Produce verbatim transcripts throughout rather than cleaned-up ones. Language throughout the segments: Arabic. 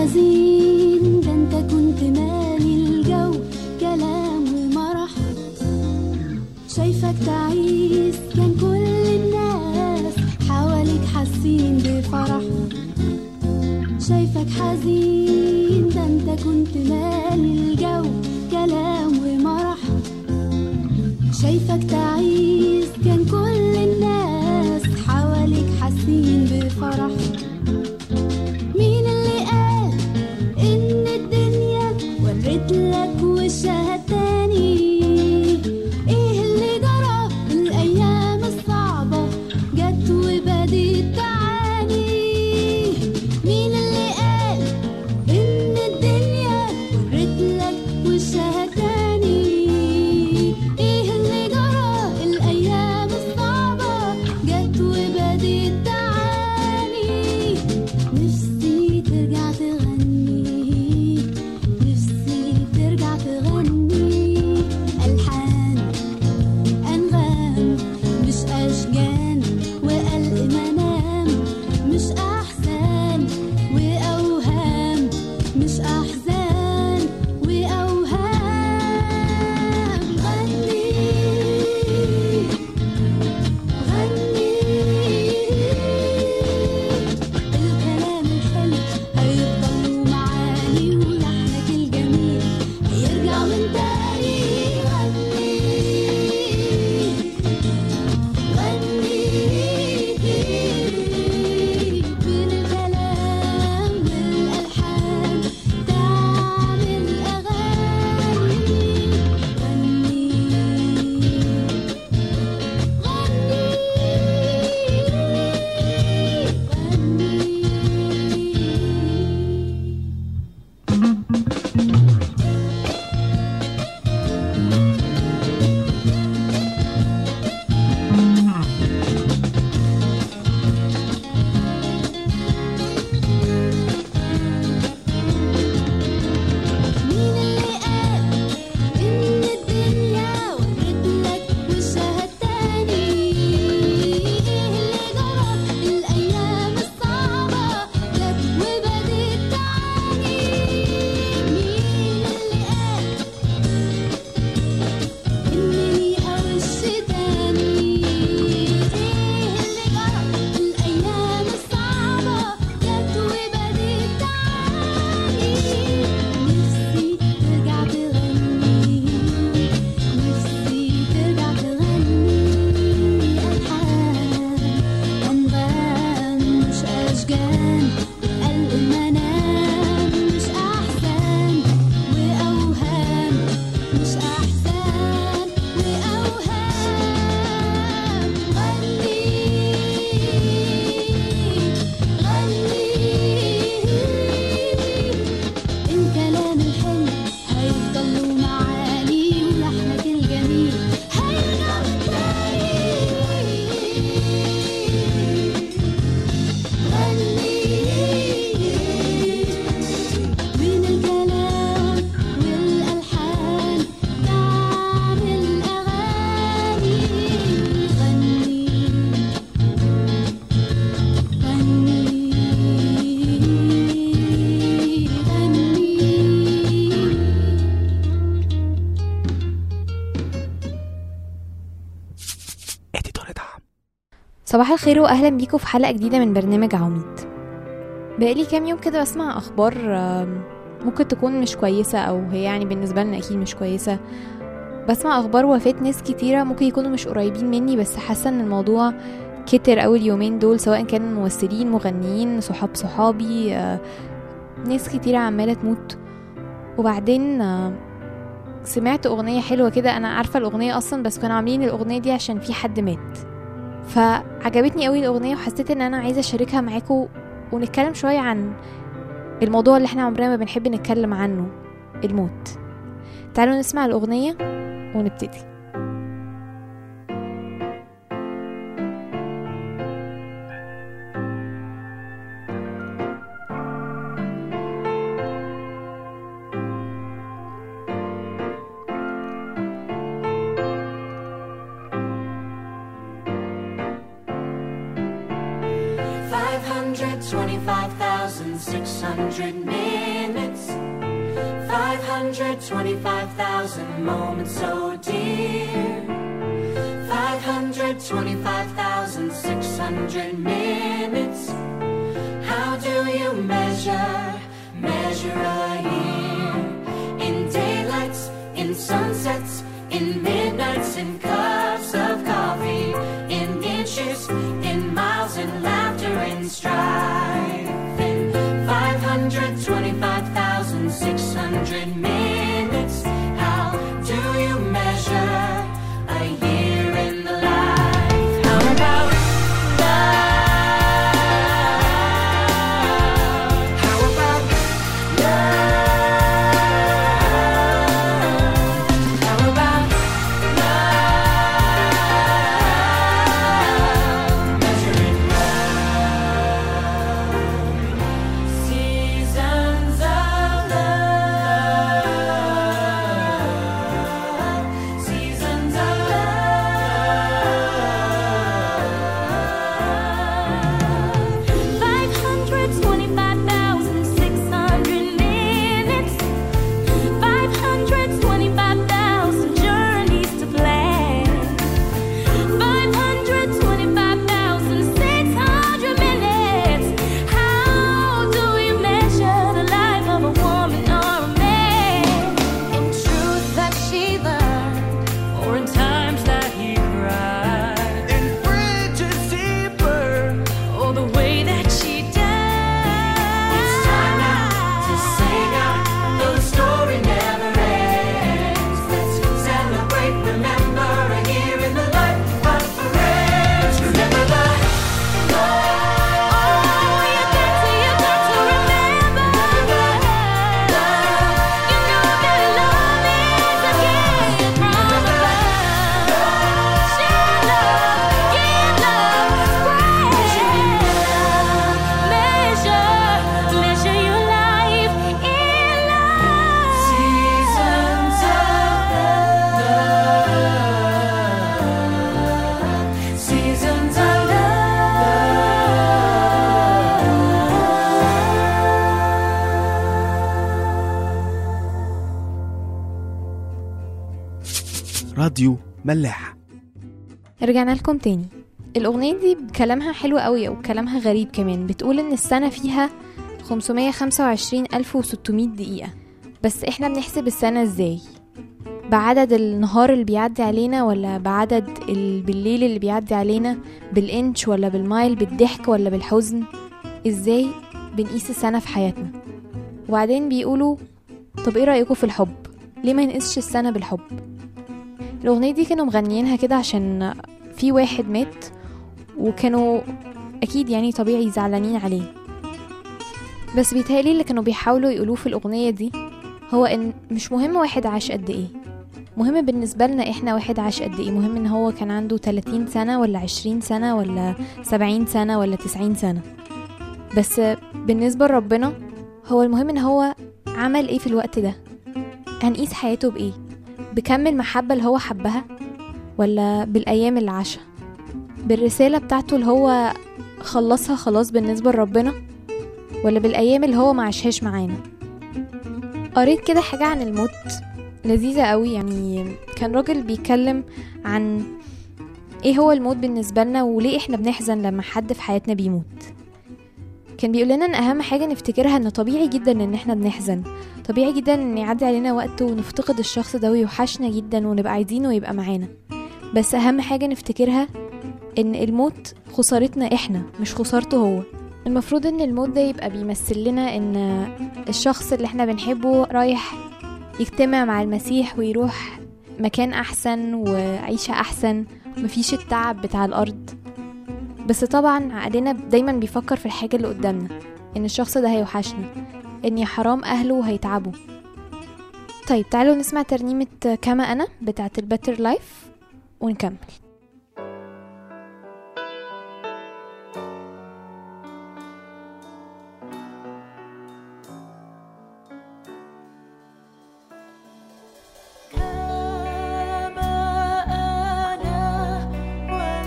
حزين ده انت كنت مالي الجو كلام ومرح. شايفك تعيس كان كل الناس حواليك حاسين بفرح. شايفك حزين ده انت كنت مالي الجو كلام ومرح. شايفك تعيس كان كل الناس حواليك حاسين بفرح. مين اللي قال ان الدنيا ورت لك وشها تاني؟ ايه اللي جرى الايام الصعبة جت وبدت تعاني؟ مين اللي قال ان الدنيا ورت لك وشها تاني؟ ايه اللي جرى الايام الصعبة جت وبدت تعاني؟ نفسي ترجع تغني، نفسي ترجع تغني ألحان أنغام مش أشجان وقلق منام، مش أحزان وأوهام، مش أحزان وأوهام. غني غني الكلام الحلو هيفضل معاني ولحنك الجميل هيرجع من تاني. غني غني بين الكلام والألحان تعمل أغاني. غني مين اللي قال إن الدنيا ورت لك وشها تاني؟ إيه اللي جرى الأيام الصعبة جت وبدت تعاني؟ مين اللي قال إنني أوش تاني؟ إيه اللي جرى الأيام الصعبة جت وبدت تعاني؟ نفسي ترجع تغني، نفسي ترجع تغني ألحان أنغام مش أشجان قلب منام، مش أحزان وأوهام، مش أحزان وأوهام. غني غني الكلام الحلو هيفضل معاني ولحنك الجميل هيرجع من تاني. غني بين الكلام والألحان تعمل أغاني. غني غني صباح الخير واهلا بيكم في حلقه جديده من برنامج عواميد. بقالي كام يوم كده بسمع اخبار آم، ممكن تكون مش كويسه او هي يعني بالنسبه لنا اكيد مش كويسه. بسمع اخبار وفاه ناس كتيره ممكن يكونوا مش قريبين مني، بس حاسه ان الموضوع كتر اول يومين دول، سواء كانوا ممثلين مغنيين صحاب صحابي آه، ناس كتيره عماله تموت. وبعدين آه، سمعت اغنيه حلوه كده، انا عارفه الاغنيه اصلا بس كانوا عاملين الاغنيه دي عشان في حد مات، فعجبتني قوي الأغنية وحسيت ان انا عايزة اشاركها معاكم ونتكلم شوية عن الموضوع اللي احنا عمرنا ما بنحب نتكلم عنه، الموت. تعالوا نسمع الأغنية ونبتدي. five hundred twenty-five thousand six hundred minutes, five hundred twenty-five thousand moments, oh dear. five hundred twenty-five thousand six hundred minutes. How do you measure, measure a year? In daylights, in sunsets, in midnights, in cups of coffee, in inches, in miles, in laughter, in strife. In five hundred twenty-five thousand six hundred minutes, how do you measure a year in the life? How about love? How about love? How about love? Measuring love. Seasons of love. Seasons of love. five hundred twenty-five thousand six hundred minutes, five hundred twenty-five thousand journeys to plan, five hundred twenty-five thousand six hundred minutes. How do we measure the life of a woman or a man? In truth that she learned, Or in times that he cried, in bridges he burned, or the way that she died. it's time now to sing out, though the story never ends. Let's celebrate, remember a year in the life of friends. Remember the love. Oh, you got to, you got to remember. You know that love is a gift from above. Share love, give love, spread love. Measure, measure your life in love. Seasons of love. Seasons of راديو ملاح. رجعنا لكم تاني. الأغنية دي كلامها حلو قوي وكلامها غريب كمان. بتقول إن السنة فيها خمسمية وخمسة وعشرين ألف وستمية دقيقة، بس إحنا بنحسب السنة إزاي؟ بعدد النهار اللي بيعدي علينا، ولا بعدد ال- بالليل اللي بيعدي علينا، بالإنش ولا بالمايل، بالضحك ولا بالحزن؟ إزاي بنقيس السنة في حياتنا؟ وبعدين بيقولوا طب إيه رأيكم في الحب؟ ليه ما نقيسش السنة بالحب؟ الأغنية دي كانوا مغنيينها كده عشان في واحد مات، وكانوا أكيد يعني طبيعي زعلانين عليه. بس بيتهيألي اللي كانوا بيحاولوا يقولوه في الأغنية دي هو إن مش مهم واحد عاش قد إيه، مهم بالنسبة لنا إحنا واحد عاش قد إيه. مهم إن هو كان عنده تلاتين سنة ولا عشرين سنة ولا سبعين سنة ولا تسعين سنة. بس بالنسبة لربنا هو المهم إن هو عمل إيه في الوقت ده. هنقيس حياته بإيه؟ بكم المحبة اللي هو حبها، ولا بالأيام اللي عاشها، بالرسالة بتاعته اللي هو خلصها خلاص بالنسبة لربنا، ولا بالأيام اللي هو ما عاشهاش معانا. قريت كده حاجة عن الموت لذيذة قوي. يعني كان راجل بيتكلم عن ايه هو الموت بالنسبة لنا، وليه احنا بنحزن لما حد في حياتنا بيموت. كان بيقول لنا ان اهم حاجة نفتكرها ان طبيعي جدا ان احنا بنحزن، طبيعي جدا ان يعدي علينا وقت ونفتقد الشخص ده ويوحشنا جدا ونبقى عايزينه يبقى معانا. بس اهم حاجة نفتكرها ان الموت خسارتنا احنا مش خسارته هو. المفروض ان الموت ده يبقى بيمثل لنا ان الشخص اللي احنا بنحبه رايح يجتمع مع المسيح ويروح مكان احسن وعيشة احسن، مفيش التعب بتاع الارض. بس طبعا عقلنا دايما بيفكر في الحاجة اللي قدامنا، ان الشخص ده هيوحشنا، ان يا حرام اهله هيتعبوا. طيب تعالوا نسمع ترنيمة كما انا بتاعت البتر لايف ونكمل.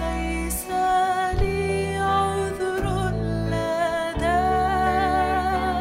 وليس لي عذر لدى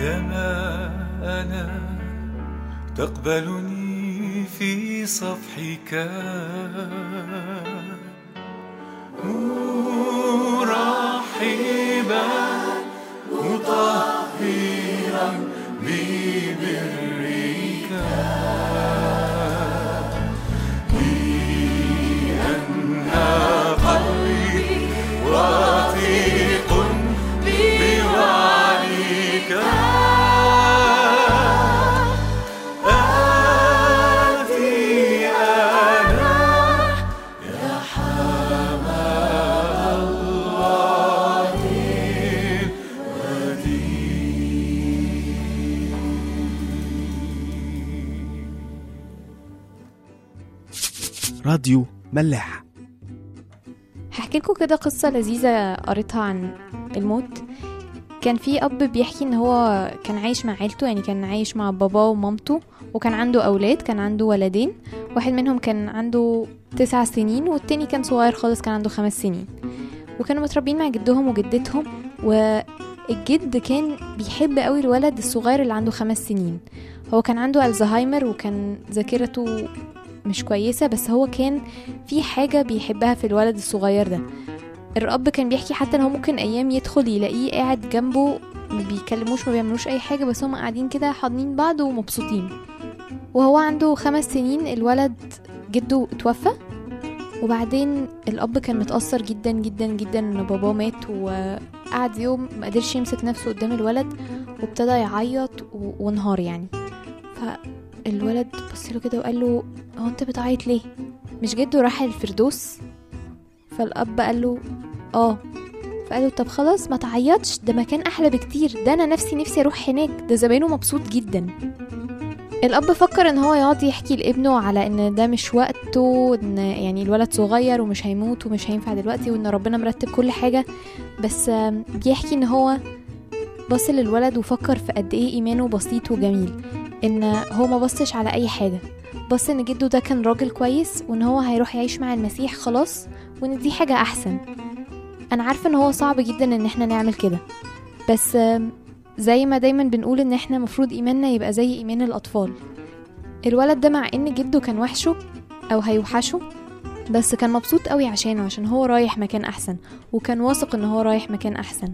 كما أنا تقبلني في صفحك مرحبا مطهرا ببرك لأن قلبي واثق بوعدك آتي أنا يا حمل الله راديو ملاح. هحكي لكم كده قصة لذيذة قريتها عن الموت. كان في أب بيحكي إن هو كان عايش مع عيلته، يعني كان عايش مع باباه ومامته، وكان عنده أولاد، كان عنده ولدين، واحد منهم كان عنده تسع سنين والتاني كان صغير خالص كان عنده خمس سنين، وكانوا متربين مع جدهم وجدتهم. والجد كان بيحب قوي الولد الصغير اللي عنده خمس سنين. هو كان عنده الزهايمر وكان ذاكرته مش كويسة، بس هو كان في حاجة بيحبها في الولد الصغير ده. الأب كان بيحكي حتى ان هو ممكن ايام يدخل يلاقيه قاعد جنبه ما بيكلموش ما بيعملوش اي حاجة، بس هم قاعدين كده حاضنين بعض ومبسوطين. وهو عنده خمس سنين الولد جده اتوفى، وبعدين الأب كان متأثر جدا جدا جدا ان باباه مات، وقعد يوم ما قدرش يمسك نفسه قدام الولد وابتدى يعيط وانهار يعني. فالولد بصله كده وقال له هو انت بتعيط ليه؟ مش جده راح الفردوس؟ فالأب قال له اه. فقال له طب خلاص ما تعيطش، ده مكان احلى بكتير، ده انا نفسي نفسي اروح هناك، ده زمانه مبسوط جدا. الأب فكر ان هو يقعد يحكي لابنه على ان ده مش وقته، ان يعني الولد صغير ومش هيموت ومش هينفع دلوقتي، وان ربنا مرتب كل حاجة. بس بيحكي ان هو بص للولد وفكر في قد ايه ايمانه بسيط وجميل، ان هو ما بصش على اي حاجة، بص ان جده ده كان راجل كويس وان هو هيروح يعيش مع المسيح خلاص، وان دي حاجة احسن. انا عارفة ان هو صعب جدا ان احنا نعمل كده، بس زي ما دايما بنقول ان احنا مفروض ايماننا يبقى زي ايمان الاطفال. الولد ده مع ان جده كان وحشه او هيوحشه، بس كان مبسوط قوي عشانه، عشان هو رايح مكان احسن، وكان واثق ان هو رايح مكان احسن.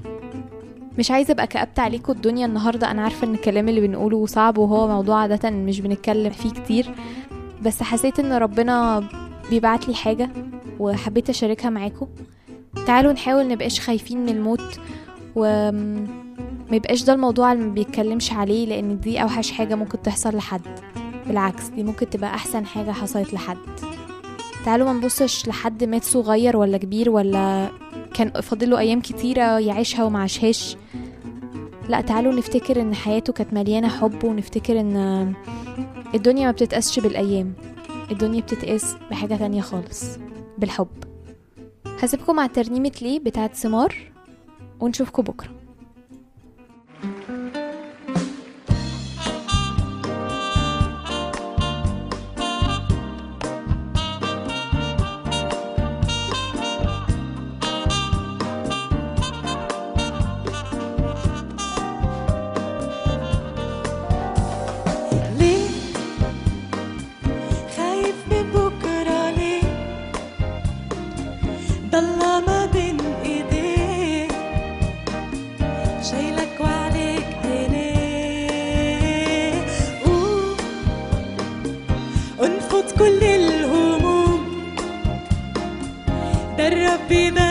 مش عايزة ابقى كأبت عليكم الدنيا النهاردة، انا عارفة ان الكلام اللي بنقوله صعب وهو موضوع عادة مش بنتكلم فيه كتير، بس حسيت ان ربنا بيبعت لي حاجة وحبيت اشاركها معاكم. تعالوا نحاول نبقاش خايفين من الموت، وما يبقاش ده الموضوع اللي ما بيتكلمش عليه، لان دي اوحش حاجة ممكن تحصل لحد، بالعكس دي ممكن تبقى احسن حاجة حصلت لحد. تعالوا ما نبصش لحد مات صغير ولا كبير ولا كان فاضله ايام كتيرة يعيشها وما عاشهاش، لا تعالوا نفتكر ان حياته كانت مليانة حب، ونفتكر ان الدنيا ما بتتقاسش بالايام، الدنيا بتتقاس بحاجة تانية خالص، بالحب. هسيبكم مع ترنيمة ليه بتاعت سمار، ونشوفكم بكرة. كل الهموم ده الرب